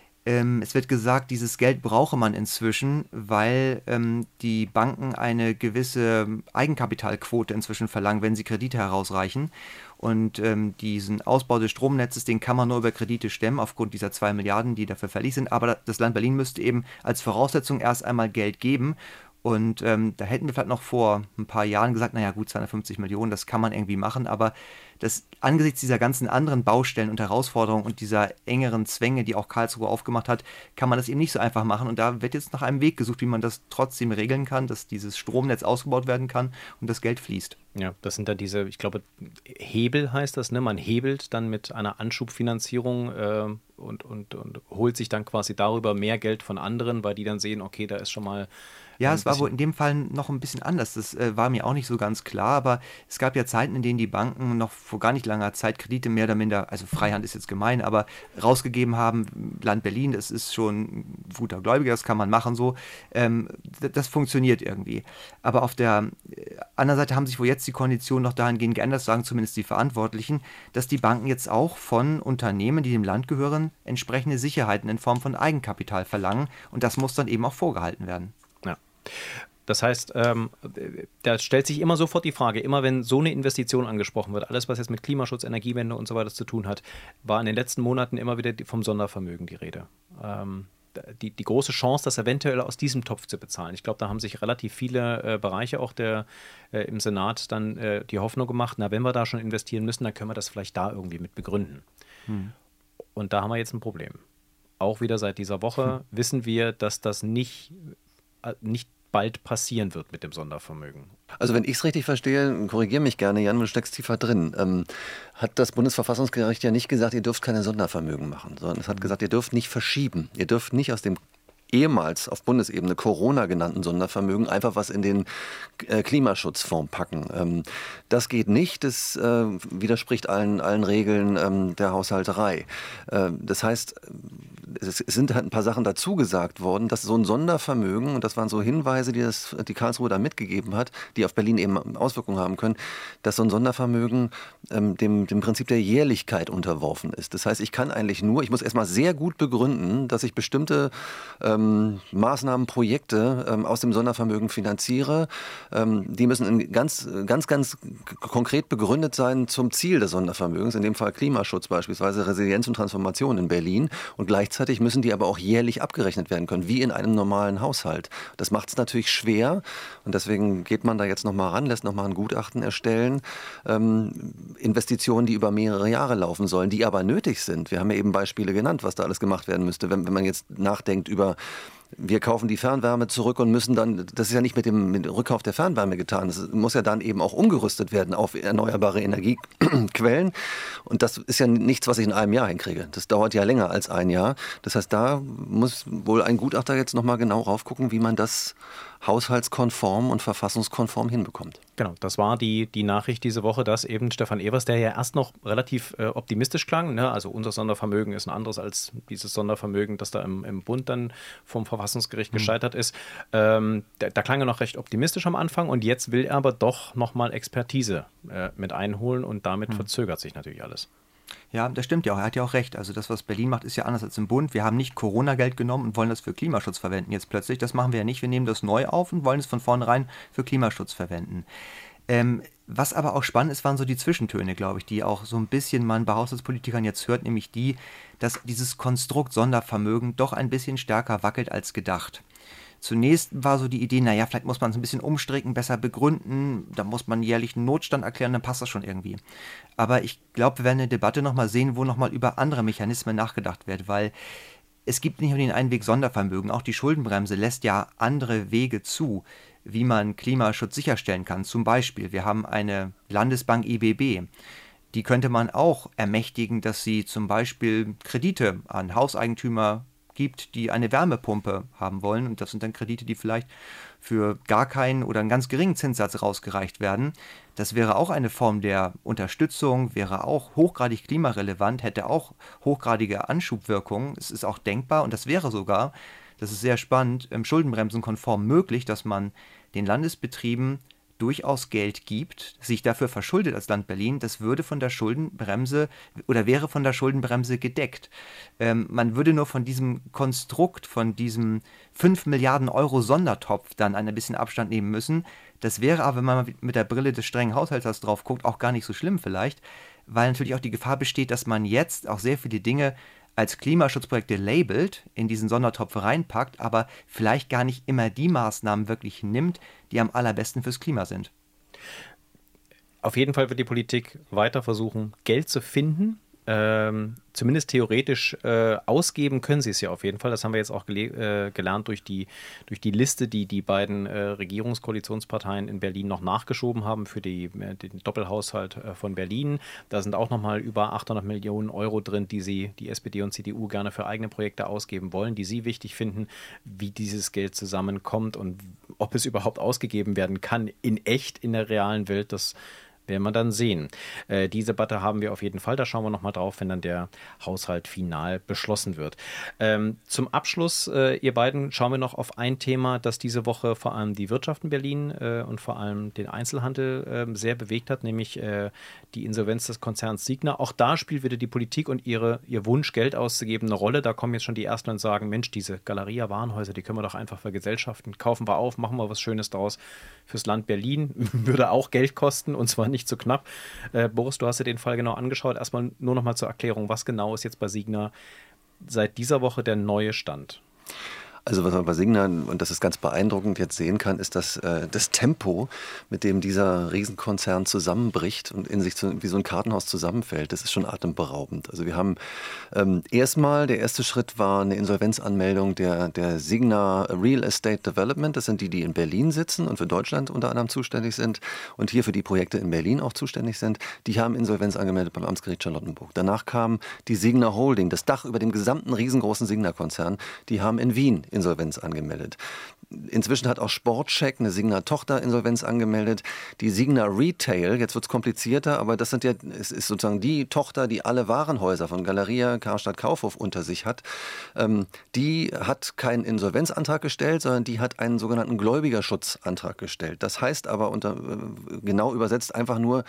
Es wird gesagt, dieses Geld brauche man inzwischen, weil die Banken eine gewisse Eigenkapitalquote inzwischen verlangen, wenn sie Kredite herausreichen. Und diesen Ausbau des Stromnetzes, den kann man nur über Kredite stemmen, aufgrund dieser 2 Milliarden, die dafür fällig sind. Aber das Land Berlin müsste eben als Voraussetzung erst einmal Geld geben. Und da hätten wir vielleicht noch vor ein paar Jahren gesagt, naja gut, 250 Millionen, das kann man irgendwie machen, aber das angesichts dieser ganzen anderen Baustellen und Herausforderungen und dieser engeren Zwänge, die auch Karlsruhe aufgemacht hat, kann man das eben nicht so einfach machen. Und da wird jetzt nach einem Weg gesucht, wie man das trotzdem regeln kann, dass dieses Stromnetz ausgebaut werden kann und das Geld fließt. Ja, das sind dann diese, ich glaube, Hebel heißt das, ne? Man hebelt dann mit einer Anschubfinanzierung und holt sich dann quasi darüber mehr Geld von anderen, weil die dann sehen, okay, da ist schon mal... Ja, es war wohl in dem Fall noch ein bisschen anders. Das war mir auch nicht so ganz klar, aber es gab ja Zeiten, in denen die Banken noch vor gar nicht langer Zeit Kredite mehr oder minder, also Freihand ist jetzt gemein, aber rausgegeben haben. Land Berlin, das ist schon ein guter Gläubiger, das kann man machen so. Das funktioniert irgendwie. Aber auf der anderen Seite haben sich wohl jetzt die Konditionen noch dahingehend geändert, sagen zumindest die Verantwortlichen, dass die Banken jetzt auch von Unternehmen, die dem Land gehören, entsprechende Sicherheiten in Form von Eigenkapital verlangen und das muss dann eben auch vorgehalten werden. Ja. Das heißt, da stellt sich immer sofort die Frage, immer wenn so eine Investition angesprochen wird, alles was jetzt mit Klimaschutz, Energiewende und so weiter zu tun hat, war in den letzten Monaten immer wieder vom Sondervermögen die Rede. Die große Chance, das eventuell aus diesem Topf zu bezahlen. Ich glaube, da haben sich relativ viele Bereiche auch im Senat dann die Hoffnung gemacht, na, wenn wir da schon investieren müssen, dann können wir das vielleicht da irgendwie mit begründen. Und da haben wir jetzt ein Problem. Auch wieder seit dieser Woche wissen wir, dass das nicht bald passieren wird mit dem Sondervermögen. Also wenn ich es richtig verstehe, korrigiere mich gerne, Jan, du steckst tiefer drin, hat das Bundesverfassungsgericht ja nicht gesagt, ihr dürft keine Sondervermögen machen, sondern es hat gesagt, ihr dürft nicht verschieben. Ihr dürft nicht aus dem ehemals auf Bundesebene Corona genannten Sondervermögen einfach was in den Klimaschutzfonds packen. Das geht nicht, das widerspricht allen Regeln der Haushalterei. Das heißt, es sind halt ein paar Sachen dazu gesagt worden, dass so ein Sondervermögen, und das waren so Hinweise, die Karlsruhe da mitgegeben hat, die auf Berlin eben Auswirkungen haben können, dass so ein Sondervermögen dem Prinzip der Jährlichkeit unterworfen ist. Das heißt, ich muss erstmal sehr gut begründen, dass ich bestimmte Maßnahmen, Projekte aus dem Sondervermögen finanziere. Die müssen ganz konkret begründet sein zum Ziel des Sondervermögens, in dem Fall Klimaschutz beispielsweise, Resilienz und Transformation in Berlin. Und gleichzeitig müssen die aber auch jährlich abgerechnet werden können, wie in einem normalen Haushalt. Das macht es natürlich schwer und deswegen geht man da jetzt nochmal ran, lässt nochmal ein Gutachten erstellen. Investitionen, die über mehrere Jahre laufen sollen, die aber nötig sind. Wir haben ja eben Beispiele genannt, was da alles gemacht werden müsste. Wenn man jetzt nachdenkt über wir kaufen die Fernwärme zurück und müssen dann, das ist ja nicht mit dem Rückkauf der Fernwärme getan, das muss ja dann eben auch umgerüstet werden auf erneuerbare Energiequellen und das ist ja nichts, was ich in einem Jahr hinkriege. Das dauert ja länger als ein Jahr. Das heißt, da muss wohl ein Gutachter jetzt nochmal genau raufgucken, wie man das haushaltskonform und verfassungskonform hinbekommt. Genau, das war die Nachricht diese Woche, dass eben Stefan Evers, der ja erst noch relativ optimistisch klang, ne? Also unser Sondervermögen ist ein anderes als dieses Sondervermögen, das da im Bund dann vom Verfassungsgericht gescheitert ist. Da klang er noch recht optimistisch am Anfang und jetzt will er aber doch nochmal Expertise mit einholen und damit verzögert sich natürlich alles. Ja, das stimmt ja auch. Er hat ja auch recht. Also das, was Berlin macht, ist ja anders als im Bund. Wir haben nicht Corona-Geld genommen und wollen das für Klimaschutz verwenden jetzt plötzlich. Das machen wir ja nicht. Wir nehmen das neu auf und wollen es von vornherein für Klimaschutz verwenden. Was aber auch spannend ist, waren so die Zwischentöne, glaube ich, die auch so ein bisschen man bei Haushaltspolitikern jetzt hört, nämlich die, dass dieses Konstrukt Sondervermögen doch ein bisschen stärker wackelt als gedacht. Zunächst war so die Idee, naja, vielleicht muss man es ein bisschen umstricken, besser begründen, da muss man jährlich einen Notstand erklären, dann passt das schon irgendwie. Aber ich glaube, wir werden eine Debatte nochmal sehen, wo nochmal über andere Mechanismen nachgedacht wird, weil es gibt nicht nur den einen Weg Sondervermögen, auch die Schuldenbremse lässt ja andere Wege zu, wie man Klimaschutz sicherstellen kann. Zum Beispiel, wir haben eine Landesbank IBB. die könnte man auch ermächtigen, dass sie zum Beispiel Kredite an Hauseigentümer gibt, die eine Wärmepumpe haben wollen. Und das sind dann Kredite, die vielleicht für gar keinen oder einen ganz geringen Zinssatz rausgereicht werden. Das wäre auch eine Form der Unterstützung, wäre auch hochgradig klimarelevant, hätte auch hochgradige Anschubwirkungen. Es ist auch denkbar und das wäre sogar, das ist sehr spannend, schuldenbremsenkonform möglich, dass man den Landesbetrieben durchaus Geld gibt, sich dafür verschuldet als Land Berlin, das würde von der Schuldenbremse oder wäre von der Schuldenbremse gedeckt. Man würde nur von diesem Konstrukt, von diesem 5 Milliarden Euro Sondertopf dann ein bisschen Abstand nehmen müssen. Das wäre aber, wenn man mit der Brille des strengen Haushalters drauf guckt, auch gar nicht so schlimm vielleicht, weil natürlich auch die Gefahr besteht, dass man jetzt auch sehr viele Dinge als Klimaschutzprojekte labelt, in diesen Sondertopf reinpackt, aber vielleicht gar nicht immer die Maßnahmen wirklich nimmt, die am allerbesten fürs Klima sind. Auf jeden Fall wird die Politik weiter versuchen, Geld zu finden. Zumindest theoretisch ausgeben können sie es ja auf jeden Fall. Das haben wir jetzt auch gelernt durch die Liste, die die beiden Regierungskoalitionsparteien in Berlin noch nachgeschoben haben für den Doppelhaushalt von Berlin. Da sind auch nochmal über 800 Millionen Euro drin, die SPD und CDU gerne für eigene Projekte ausgeben wollen, die sie wichtig finden, wie dieses Geld zusammenkommt und ob es überhaupt ausgegeben werden kann in echt, in der realen Welt. Das werden wir dann sehen. Diese Debatte haben wir auf jeden Fall. Da schauen wir nochmal drauf, wenn dann der Haushalt final beschlossen wird. Zum Abschluss, ihr beiden, schauen wir noch auf ein Thema, das diese Woche vor allem die Wirtschaft in Berlin und vor allem den Einzelhandel sehr bewegt hat, nämlich die Insolvenz des Konzerns Signa. Auch da spielt wieder die Politik und ihr Wunsch, Geld auszugeben, eine Rolle. Da kommen jetzt schon die Ersten und sagen, Mensch, diese Galeria-Warenhäuser, die können wir doch einfach vergesellschaften. Kaufen wir auf, machen wir was Schönes draus fürs Land Berlin. Würde auch Geld kosten und zwar nicht so knapp. Boris, du hast dir den Fall genau angeschaut. Erstmal nur noch mal zur Erklärung, was genau ist jetzt bei Signa seit dieser Woche der neue Stand? Also was man bei Signa, und das ist ganz beeindruckend, jetzt sehen kann, ist, dass das Tempo, mit dem dieser Riesenkonzern zusammenbricht und in sich wie so ein Kartenhaus zusammenfällt, das ist schon atemberaubend. Also wir haben der erste Schritt war eine Insolvenzanmeldung der Signa Real Estate Development. Das sind die in Berlin sitzen und für Deutschland unter anderem zuständig sind und hier für die Projekte in Berlin auch zuständig sind. Die haben Insolvenz angemeldet beim Amtsgericht Charlottenburg. Danach kam die Signa Holding, das Dach über dem gesamten riesengroßen Signa-Konzern. Die haben in Wien Insolvenz angemeldet. Inzwischen hat auch Sportcheck, eine Signa-Tochter, Insolvenz angemeldet. Die Signa Retail, jetzt wird es komplizierter, aber es ist sozusagen die Tochter, die alle Warenhäuser von Galeria, Karstadt, Kaufhof unter sich hat. Die hat keinen Insolvenzantrag gestellt, sondern die hat einen sogenannten Gläubigerschutzantrag gestellt. Das heißt aber genau übersetzt einfach nur,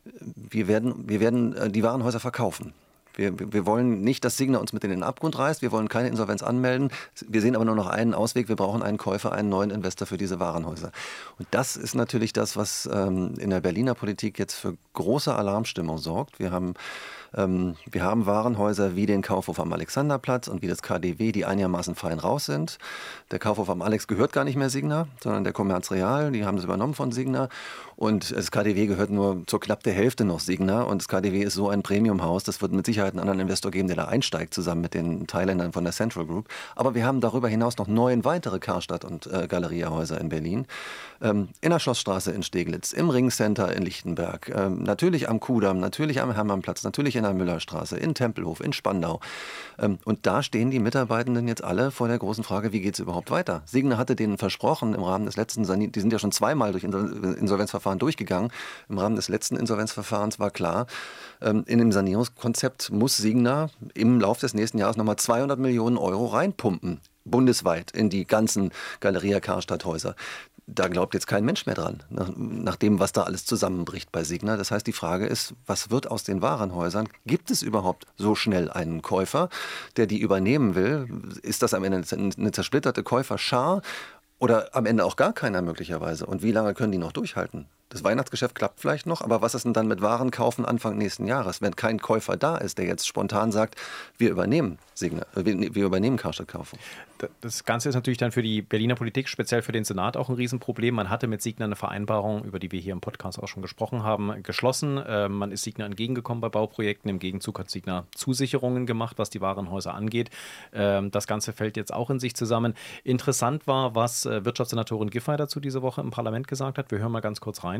wir werden die Warenhäuser verkaufen. Wir wollen nicht, dass Signa uns mit in den Abgrund reißt. Wir wollen keine Insolvenz anmelden. Wir sehen aber nur noch einen Ausweg. Wir brauchen einen Käufer, einen neuen Investor für diese Warenhäuser. Und das ist natürlich das, was in der Berliner Politik jetzt für große Alarmstimmung sorgt. Wir haben Warenhäuser wie den Kaufhof am Alexanderplatz und wie das KaDeWe, die einigermaßen fein raus sind. Der Kaufhof am Alex gehört gar nicht mehr Signa, sondern der Commerz Real. Die haben es übernommen von Signa. Und das KaDeWe gehört nur zur knapp der Hälfte noch Signa. Und das KaDeWe ist so ein Premiumhaus, das wird mit Sicherheit einen anderen Investor geben, der da einsteigt, zusammen mit den Thailändern von der Central Group. Aber wir haben darüber hinaus noch 9 weitere Karstadt- und Galeria-Häuser in Berlin. In der Schlossstraße in Steglitz, im Ringcenter in Lichtenberg, natürlich am Kudamm, natürlich am Hermannplatz, natürlich in der Müllerstraße, in Tempelhof, in Spandau. Und da stehen die Mitarbeitenden jetzt alle vor der großen Frage, wie geht es überhaupt weiter? Signa hatte denen versprochen, im Rahmen des letzten, die sind ja schon zweimal durch Insolvenzverfahren durchgegangen, im Rahmen des letzten Insolvenzverfahrens war klar, in dem Sanierungskonzept muss Signa im Laufe des nächsten Jahres nochmal 200 Millionen Euro reinpumpen, bundesweit in die ganzen Galeria-Karstadt-Häuser. Da glaubt jetzt kein Mensch mehr dran, nach dem, was da alles zusammenbricht bei Signa. Das heißt, die Frage ist, was wird aus den Warenhäusern? Gibt es überhaupt so schnell einen Käufer, der die übernehmen will? Ist das am Ende eine zersplitterte Käuferschar oder am Ende auch gar keiner möglicherweise? Und wie lange können die noch durchhalten? Das Weihnachtsgeschäft klappt vielleicht noch, aber was ist denn dann mit Warenkaufen Anfang nächsten Jahres, wenn kein Käufer da ist, der jetzt spontan sagt, wir übernehmen Signa, wir übernehmen Karstadt Kaufhof? Das Ganze ist natürlich dann für die Berliner Politik, speziell für den Senat, auch ein Riesenproblem. Man hatte mit Signa eine Vereinbarung, über die wir hier im Podcast auch schon gesprochen haben, geschlossen. Man ist Signa entgegengekommen bei Bauprojekten. Im Gegenzug hat Signa Zusicherungen gemacht, was die Warenhäuser angeht. Das Ganze fällt jetzt auch in sich zusammen. Interessant war, was Wirtschaftssenatorin Giffey dazu diese Woche im Parlament gesagt hat. Wir hören mal ganz kurz rein.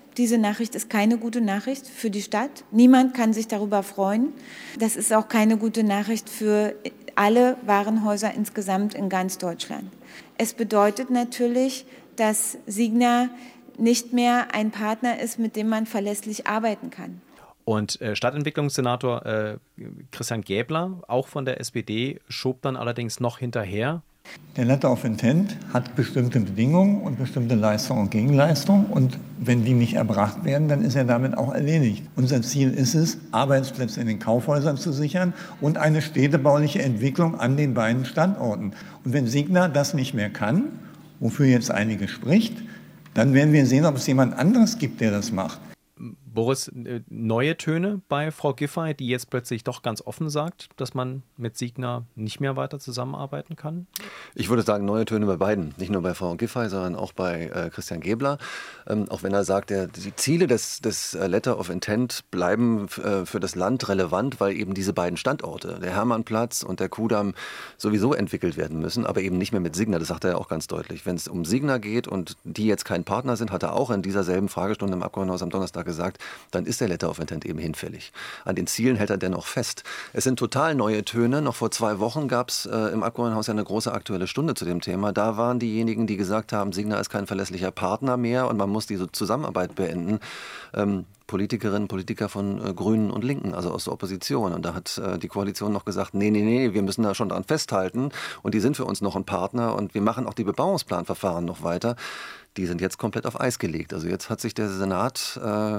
Diese Nachricht ist keine gute Nachricht für die Stadt. Niemand kann sich darüber freuen. Das ist auch keine gute Nachricht für alle Warenhäuser insgesamt in ganz Deutschland. Es bedeutet natürlich, dass Signa nicht mehr ein Partner ist, mit dem man verlässlich arbeiten kann. Und Stadtentwicklungssenator Christian Gäbler, auch von der SPD, schob dann allerdings noch hinterher. Der Letter of Intent hat bestimmte Bedingungen und bestimmte Leistungen und Gegenleistungen. Und wenn die nicht erbracht werden, dann ist er damit auch erledigt. Unser Ziel ist es, Arbeitsplätze in den Kaufhäusern zu sichern und eine städtebauliche Entwicklung an den beiden Standorten. Und wenn Signa das nicht mehr kann, wofür jetzt einige spricht, dann werden wir sehen, ob es jemand anderes gibt, der das macht. Boris, neue Töne bei Frau Giffey, die jetzt plötzlich doch ganz offen sagt, dass man mit Signa nicht mehr weiter zusammenarbeiten kann? Ich würde sagen, neue Töne bei beiden. Nicht nur bei Frau Giffey, sondern auch bei Christian Gäbler. Auch wenn er sagt, die Ziele des Letter of Intent bleiben für das Land relevant, weil eben diese beiden Standorte, der Hermannplatz und der Kudamm, sowieso entwickelt werden müssen, aber eben nicht mehr mit Signa. Das sagt er ja auch ganz deutlich. Wenn es um Signa geht und die jetzt kein Partner sind, hat er auch in dieser selben Fragestunde im Abgeordnetenhaus am Donnerstag gesagt, dann ist der Letter of Intent eben hinfällig. An den Zielen hält er dennoch fest. Es sind total neue Töne. Noch vor 2 Wochen gab es im Abgeordnetenhaus ja eine große Aktuelle Stunde zu dem Thema. Da waren diejenigen, die gesagt haben, Signa ist kein verlässlicher Partner mehr und man muss diese Zusammenarbeit beenden. Politikerinnen, Politiker von Grünen und Linken, also aus der Opposition. Und da hat die Koalition noch gesagt, nee, wir müssen da schon dran festhalten und die sind für uns noch ein Partner und wir machen auch die Bebauungsplanverfahren noch weiter. Die sind jetzt komplett auf Eis gelegt. Also jetzt hat sich der Senat,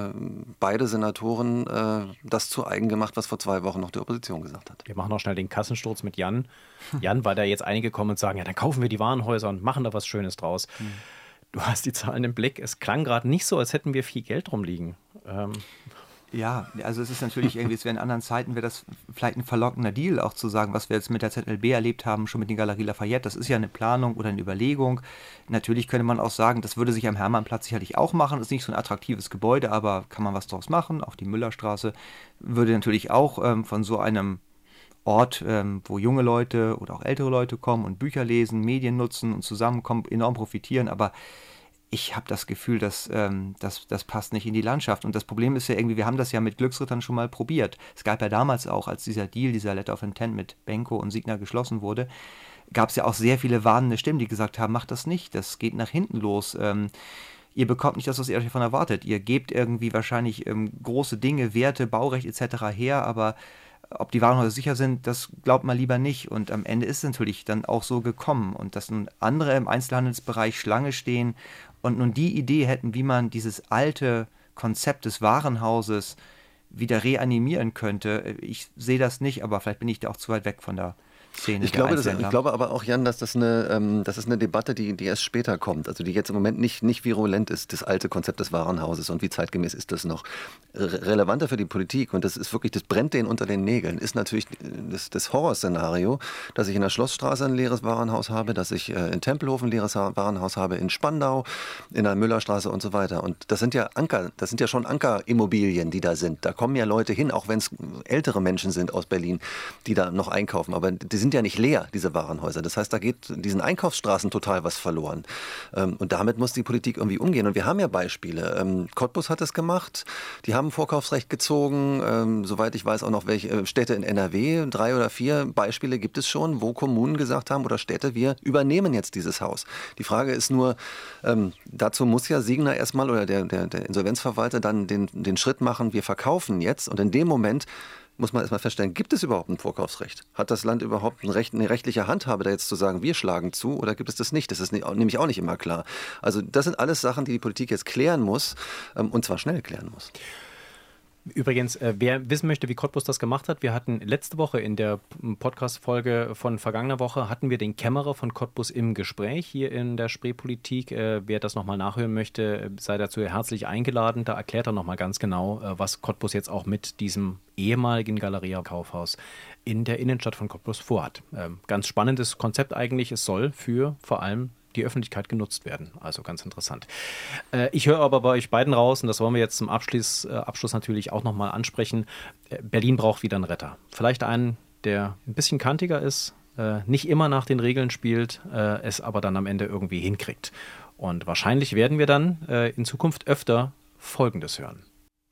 beide Senatoren, das zu eigen gemacht, was vor 2 Wochen noch die Opposition gesagt hat. Wir machen noch schnell den Kassensturz mit Jan. Jan, weil da jetzt einige kommen und sagen, ja, dann kaufen wir die Warenhäuser und machen da was Schönes draus. Du hast die Zahlen im Blick. Es klang gerade nicht so, als hätten wir viel Geld rumliegen. Ja, also es ist natürlich irgendwie, es wäre in anderen Zeiten, wäre das vielleicht ein verlockender Deal, auch zu sagen, was wir jetzt mit der ZLB erlebt haben, schon mit den Galerie Lafayette, das ist ja eine Planung oder eine Überlegung. Natürlich könnte man auch sagen, das würde sich am Hermannplatz sicherlich auch machen, ist nicht so ein attraktives Gebäude, aber kann man was draus machen, auch die Müllerstraße würde natürlich auch von so einem Ort, wo junge Leute oder auch ältere Leute kommen und Bücher lesen, Medien nutzen und zusammenkommen, enorm profitieren, aber ich habe das Gefühl, dass das passt nicht in die Landschaft. Und das Problem ist ja irgendwie, wir haben das ja mit Glücksrittern schon mal probiert. Es gab ja damals auch, als dieser Deal, dieser Letter of Intent mit Benko und Signa geschlossen wurde, gab es ja auch sehr viele warnende Stimmen, die gesagt haben, macht das nicht, das geht nach hinten los. Ihr bekommt nicht das, was ihr euch davon erwartet. Ihr gebt irgendwie wahrscheinlich große Dinge, Werte, Baurecht etc. her, aber ob die Warenhäuser sicher sind, das glaubt man lieber nicht. Und am Ende ist es natürlich dann auch so gekommen. Und dass nun andere im Einzelhandelsbereich Schlange stehen und nun die Idee hätten, wie man dieses alte Konzept des Warenhauses wieder reanimieren könnte. Ich sehe das nicht, aber vielleicht bin ich da auch zu weit weg von der Szene. Ich glaube aber auch, Jan, dass das ist eine Debatte, die erst später kommt, also die jetzt im Moment nicht virulent ist, das alte Konzept des Warenhauses und wie zeitgemäß ist das noch. Relevanter für die Politik, und das ist wirklich, das brennt denen unter den Nägeln, ist natürlich das Horrorszenario, dass ich in der Schlossstraße ein leeres Warenhaus habe, dass ich in Tempelhof ein leeres Warenhaus habe, in Spandau, in der Müllerstraße und so weiter. Und das sind ja schon Ankerimmobilien, die da sind. Da kommen ja Leute hin, auch wenn es ältere Menschen sind aus Berlin, die da noch einkaufen. Aber die sind ja nicht leer, diese Warenhäuser. Das heißt, da geht diesen Einkaufsstraßen total was verloren. Und damit muss die Politik irgendwie umgehen. Und wir haben ja Beispiele. Cottbus hat es gemacht. Die haben Vorkaufsrecht gezogen. Soweit ich weiß auch noch welche Städte in NRW. 3 oder 4 Beispiele gibt es schon, wo Kommunen gesagt haben oder Städte, wir übernehmen jetzt dieses Haus. Die Frage ist nur, dazu muss ja Signa erstmal oder der Insolvenzverwalter dann den Schritt machen, wir verkaufen jetzt. Und in dem Moment muss man erstmal feststellen, gibt es überhaupt ein Vorkaufsrecht? Hat das Land überhaupt eine rechtliche Handhabe, da jetzt zu sagen, wir schlagen zu, oder gibt es das nicht? Das ist nämlich auch nicht immer klar. Also das sind alles Sachen, die Politik jetzt klären muss, und zwar schnell klären muss. Übrigens, wer wissen möchte, wie Cottbus das gemacht hat, wir hatten letzte Woche in der Podcast-Folge von vergangener Woche, hatten wir den Kämmerer von Cottbus im Gespräch hier in der Spreepolitik. Wer das nochmal nachhören möchte, sei dazu herzlich eingeladen. Da erklärt er nochmal ganz genau, was Cottbus jetzt auch mit diesem ehemaligen Galeria-Kaufhaus in der Innenstadt von Cottbus vorhat. Ganz spannendes Konzept eigentlich. Es soll für vor allem die Öffentlichkeit genutzt werden. Also ganz interessant. Ich höre aber bei euch beiden raus, und das wollen wir jetzt zum Abschluss natürlich auch nochmal ansprechen, Berlin braucht wieder einen Retter. Vielleicht einen, der ein bisschen kantiger ist, nicht immer nach den Regeln spielt, es aber dann am Ende irgendwie hinkriegt. Und wahrscheinlich werden wir dann in Zukunft öfter Folgendes hören.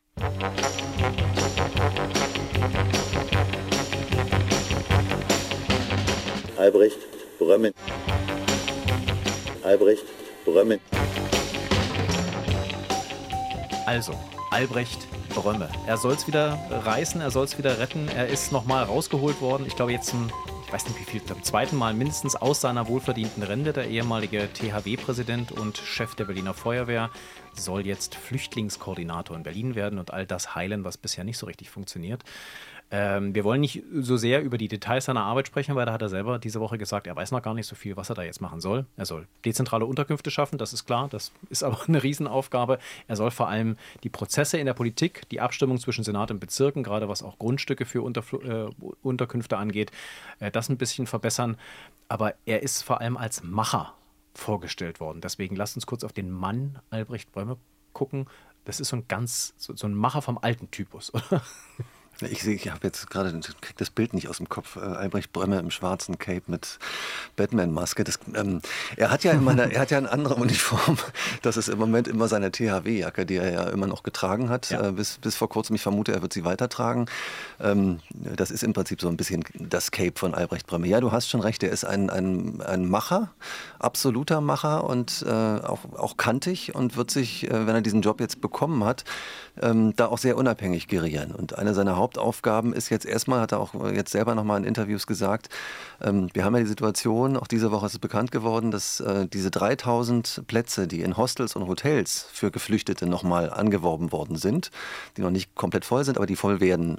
Albrecht Brömme. Albrecht Brömme. Also, Albrecht Brömme. Er soll es wieder reißen, er soll es wieder retten. Er ist nochmal rausgeholt worden. Ich glaube jetzt ich weiß nicht wie viel, zum zweiten Mal mindestens aus seiner wohlverdienten Rente. Der ehemalige THW-Präsident und Chef der Berliner Feuerwehr soll jetzt Flüchtlingskoordinator in Berlin werden und all das heilen, was bisher nicht so richtig funktioniert. Wir wollen nicht so sehr über die Details seiner Arbeit sprechen, weil da hat er selber diese Woche gesagt, er weiß noch gar nicht so viel, was er da jetzt machen soll. Er soll dezentrale Unterkünfte schaffen, das ist klar, das ist aber eine Riesenaufgabe. Er soll vor allem die Prozesse in der Politik, die Abstimmung zwischen Senat und Bezirken, gerade was auch Grundstücke für Unterkünfte angeht, das ein bisschen verbessern. Aber er ist vor allem als Macher vorgestellt worden. Deswegen lasst uns kurz auf den Mann Albrecht Brömme gucken. Das ist so ein Macher vom alten Typus, oder? Ich habe jetzt gerade, krieg das Bild nicht aus dem Kopf, Albrecht Brömme im schwarzen Cape mit Batman-Maske. Er hat ja eine andere Uniform. Das ist im Moment immer seine THW-Jacke, die er ja immer noch getragen hat, ja. Bis vor kurzem. Ich vermute, er wird sie weitertragen. Das ist im Prinzip so ein bisschen das Cape von Albrecht Brömme. Ja, du hast schon recht, er ist ein Macher, absoluter Macher und auch kantig und wird sich, wenn er diesen Job jetzt bekommen hat, da auch sehr unabhängig gerieren. Und eine seiner Hauptaufgaben ist jetzt erstmal, hat er auch jetzt selber nochmal in Interviews gesagt, wir haben ja die Situation, auch diese Woche ist es bekannt geworden, dass diese 3000 Plätze, die in Hostels und Hotels für Geflüchtete nochmal angeworben worden sind, die noch nicht komplett voll sind, aber die voll werden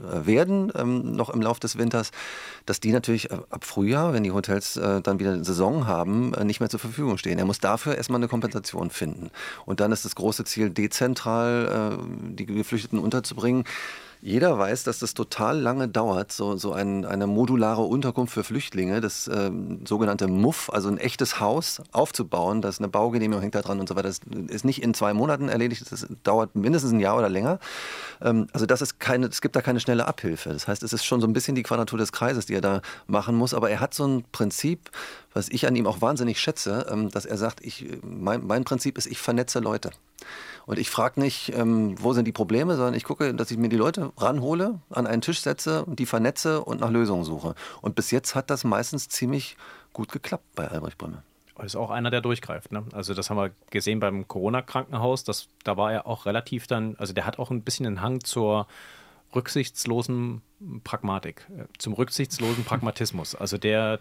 noch im Laufe des Winters, dass die natürlich ab Frühjahr, wenn die Hotels dann wieder eine Saison haben, nicht mehr zur Verfügung stehen. Er muss dafür erstmal eine Kompensation finden. Und dann ist das große Ziel, dezentral die Geflüchteten unterzubringen. Jeder weiß, dass das total lange dauert, so eine modulare Unterkunft für Flüchtlinge, das sogenannte MUF, also ein echtes Haus aufzubauen, das eine Baugenehmigung hängt da dran und so weiter. Das ist nicht in 2 Monaten erledigt, das dauert mindestens ein Jahr oder länger. Also es gibt da keine schnelle Abhilfe. Das heißt, es ist schon so ein bisschen die Quadratur des Kreises, die er da machen muss, aber er hat so ein Prinzip, was ich an ihm auch wahnsinnig schätze, dass er sagt, mein Prinzip ist, ich vernetze Leute. Und ich frage nicht, wo sind die Probleme, sondern ich gucke, dass ich mir die Leute ranhole, an einen Tisch setze, die vernetze und nach Lösungen suche. Und bis jetzt hat das meistens ziemlich gut geklappt bei Albrecht Brömme. Das ist auch einer, der durchgreift. Ne? Also das haben wir gesehen beim Corona-Krankenhaus. Da war er auch relativ also der hat auch ein bisschen einen Hang zur rücksichtslosen Pragmatik, zum rücksichtslosen Pragmatismus. Also wenn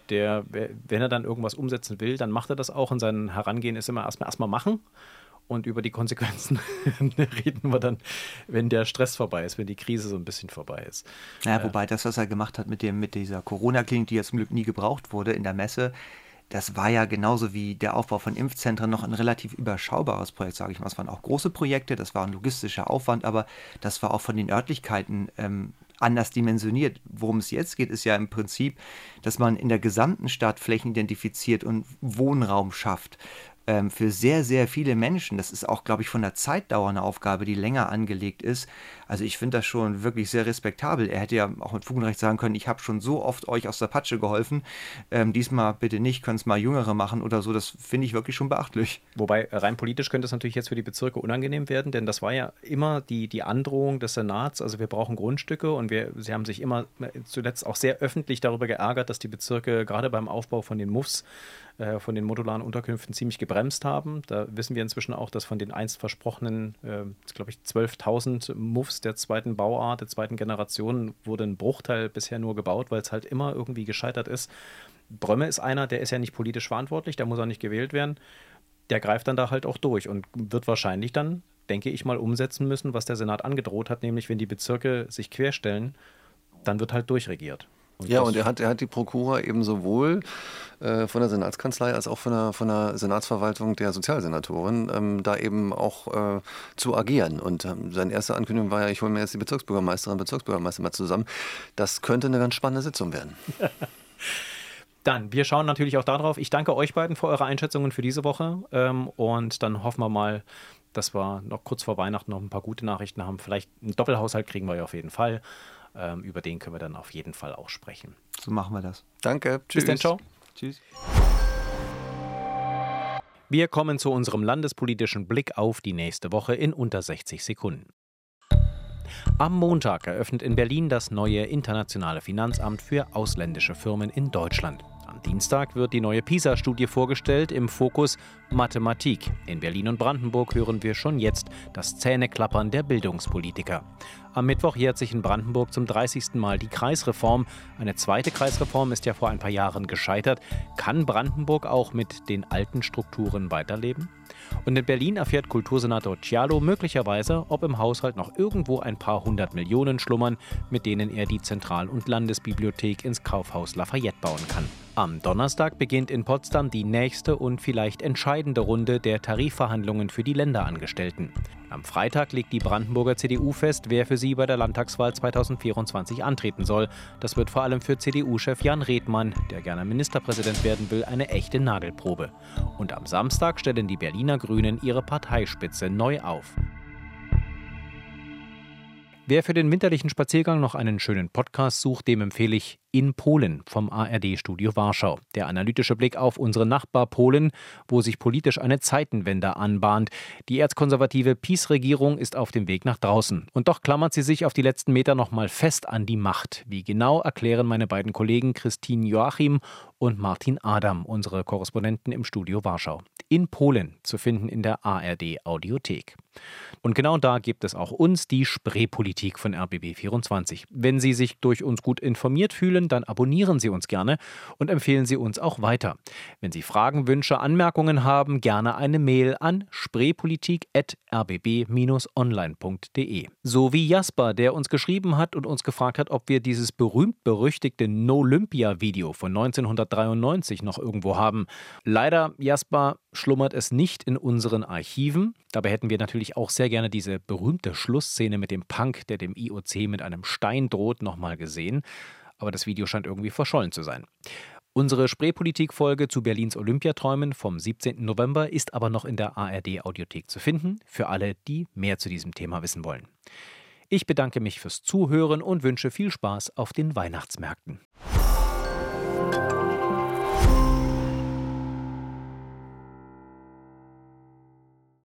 er dann irgendwas umsetzen will, dann macht er das auch. Und sein Herangehen ist immer erstmal machen. Und über die Konsequenzen reden wir dann, wenn der Stress vorbei ist, wenn die Krise so ein bisschen vorbei ist. Naja, wobei das, was er gemacht hat mit dieser Corona-Klinik, die ja zum Glück nie gebraucht wurde in der Messe, das war ja genauso wie der Aufbau von Impfzentren noch ein relativ überschaubares Projekt, sage ich mal. Es waren auch große Projekte, das war ein logistischer Aufwand, aber das war auch von den Örtlichkeiten anders dimensioniert. Worum es jetzt geht, ist ja im Prinzip, dass man in der gesamten Stadt Flächen identifiziert und Wohnraum schafft. Für sehr, sehr viele Menschen. Das ist auch, glaube ich, von der Zeitdauer eine Aufgabe, die länger angelegt ist. Also ich finde das schon wirklich sehr respektabel. Er hätte ja auch mit Fug und Recht sagen können, ich habe schon so oft euch aus der Patsche geholfen. Diesmal bitte nicht, können es mal Jüngere machen oder so. Das finde ich wirklich schon beachtlich. Wobei rein politisch könnte es natürlich jetzt für die Bezirke unangenehm werden, denn das war ja immer die Androhung des Senats. Also wir brauchen Grundstücke und sie haben sich immer zuletzt auch sehr öffentlich darüber geärgert, dass die Bezirke gerade beim Aufbau von den MUFs, von den modularen Unterkünften ziemlich gebremst haben. Da wissen wir inzwischen auch, dass von den einst versprochenen, glaube ich, 12.000 MUFs der zweiten Bauart, der zweiten Generation, wurde ein Bruchteil bisher nur gebaut, weil es halt immer irgendwie gescheitert ist. Brömme ist einer, der ist ja nicht politisch verantwortlich, der muss auch nicht gewählt werden. Der greift dann da halt auch durch und wird wahrscheinlich dann, denke ich mal, umsetzen müssen, was der Senat angedroht hat, nämlich wenn die Bezirke sich querstellen, dann wird halt durchregiert. Und er hat die Prokura eben sowohl von der Senatskanzlei als auch von der Senatsverwaltung der Sozialsenatorin da eben auch zu agieren. Und seine erste Ankündigung war ja, ich hole mir jetzt die Bezirksbürgermeisterin und Bezirksbürgermeister mal zusammen. Das könnte eine ganz spannende Sitzung werden. Dann, wir schauen natürlich auch darauf. Ich danke euch beiden für eure Einschätzungen für diese Woche. Und dann hoffen wir mal, dass wir noch kurz vor Weihnachten noch ein paar gute Nachrichten haben. Vielleicht einen Doppelhaushalt kriegen wir ja auf jeden Fall. Über den können wir dann auf jeden Fall auch sprechen. So machen wir das. Danke. Tschüss. Bis dann, ciao. Tschüss. Wir kommen zu unserem landespolitischen Blick auf die nächste Woche in unter 60 Sekunden. Am Montag eröffnet in Berlin das neue internationale Finanzamt für ausländische Firmen in Deutschland. Am Dienstag wird die neue PISA-Studie vorgestellt, im Fokus Mathematik. In Berlin und Brandenburg hören wir schon jetzt das Zähneklappern der Bildungspolitiker. Am Mittwoch jährt sich in Brandenburg zum 30. Mal die Kreisreform. Eine zweite Kreisreform ist ja vor ein paar Jahren gescheitert. Kann Brandenburg auch mit den alten Strukturen weiterleben? Und in Berlin erfährt Kultursenator Cialo möglicherweise, ob im Haushalt noch irgendwo ein paar 100 Millionen schlummern, mit denen er die Zentral- und Landesbibliothek ins Kaufhaus Lafayette bauen kann. Am Donnerstag beginnt in Potsdam die nächste und vielleicht entscheidende Runde der Tarifverhandlungen für die Länderangestellten. Am Freitag legt die Brandenburger CDU fest, wer für sie bei der Landtagswahl 2024 antreten soll. Das wird vor allem für CDU-Chef Jan Redmann, der gerne Ministerpräsident werden will, eine echte Nagelprobe. Und am Samstag stellen die Berliner Grünen ihre Parteispitze neu auf. Wer für den winterlichen Spaziergang noch einen schönen Podcast sucht, dem empfehle ich In Polen vom ARD-Studio Warschau. Der analytische Blick auf unsere Nachbar Polen, wo sich politisch eine Zeitenwende anbahnt. Die erzkonservative PiS-Regierung ist auf dem Weg nach draußen. Und doch klammert sie sich auf die letzten Meter noch mal fest an die Macht. Wie genau, erklären meine beiden Kollegen Christine Joachim und Martin Adam, unsere Korrespondenten im Studio Warschau. In Polen zu finden in der ARD-Audiothek. Und genau da gibt es auch uns, die Spreepolitik von RBB24. Wenn Sie sich durch uns gut informiert fühlen, dann abonnieren Sie uns gerne und empfehlen Sie uns auch weiter. Wenn Sie Fragen, Wünsche, Anmerkungen haben, gerne eine Mail an spreepolitik@rbb-online.de. So wie Jasper, der uns geschrieben hat und uns gefragt hat, ob wir dieses berühmt-berüchtigte No-Lympia-Video von 1993 noch irgendwo haben. Leider, Jasper, schlummert es nicht in unseren Archiven. Dabei hätten wir natürlich auch sehr gerne diese berühmte Schlussszene mit dem Punk, der dem IOC mit einem Stein droht, nochmal gesehen. Aber das Video scheint irgendwie verschollen zu sein. Unsere Spreepolitik-Folge zu Berlins Olympiaträumen vom 17. November ist aber noch in der ARD-Audiothek zu finden, für alle, die mehr zu diesem Thema wissen wollen. Ich bedanke mich fürs Zuhören und wünsche viel Spaß auf den Weihnachtsmärkten.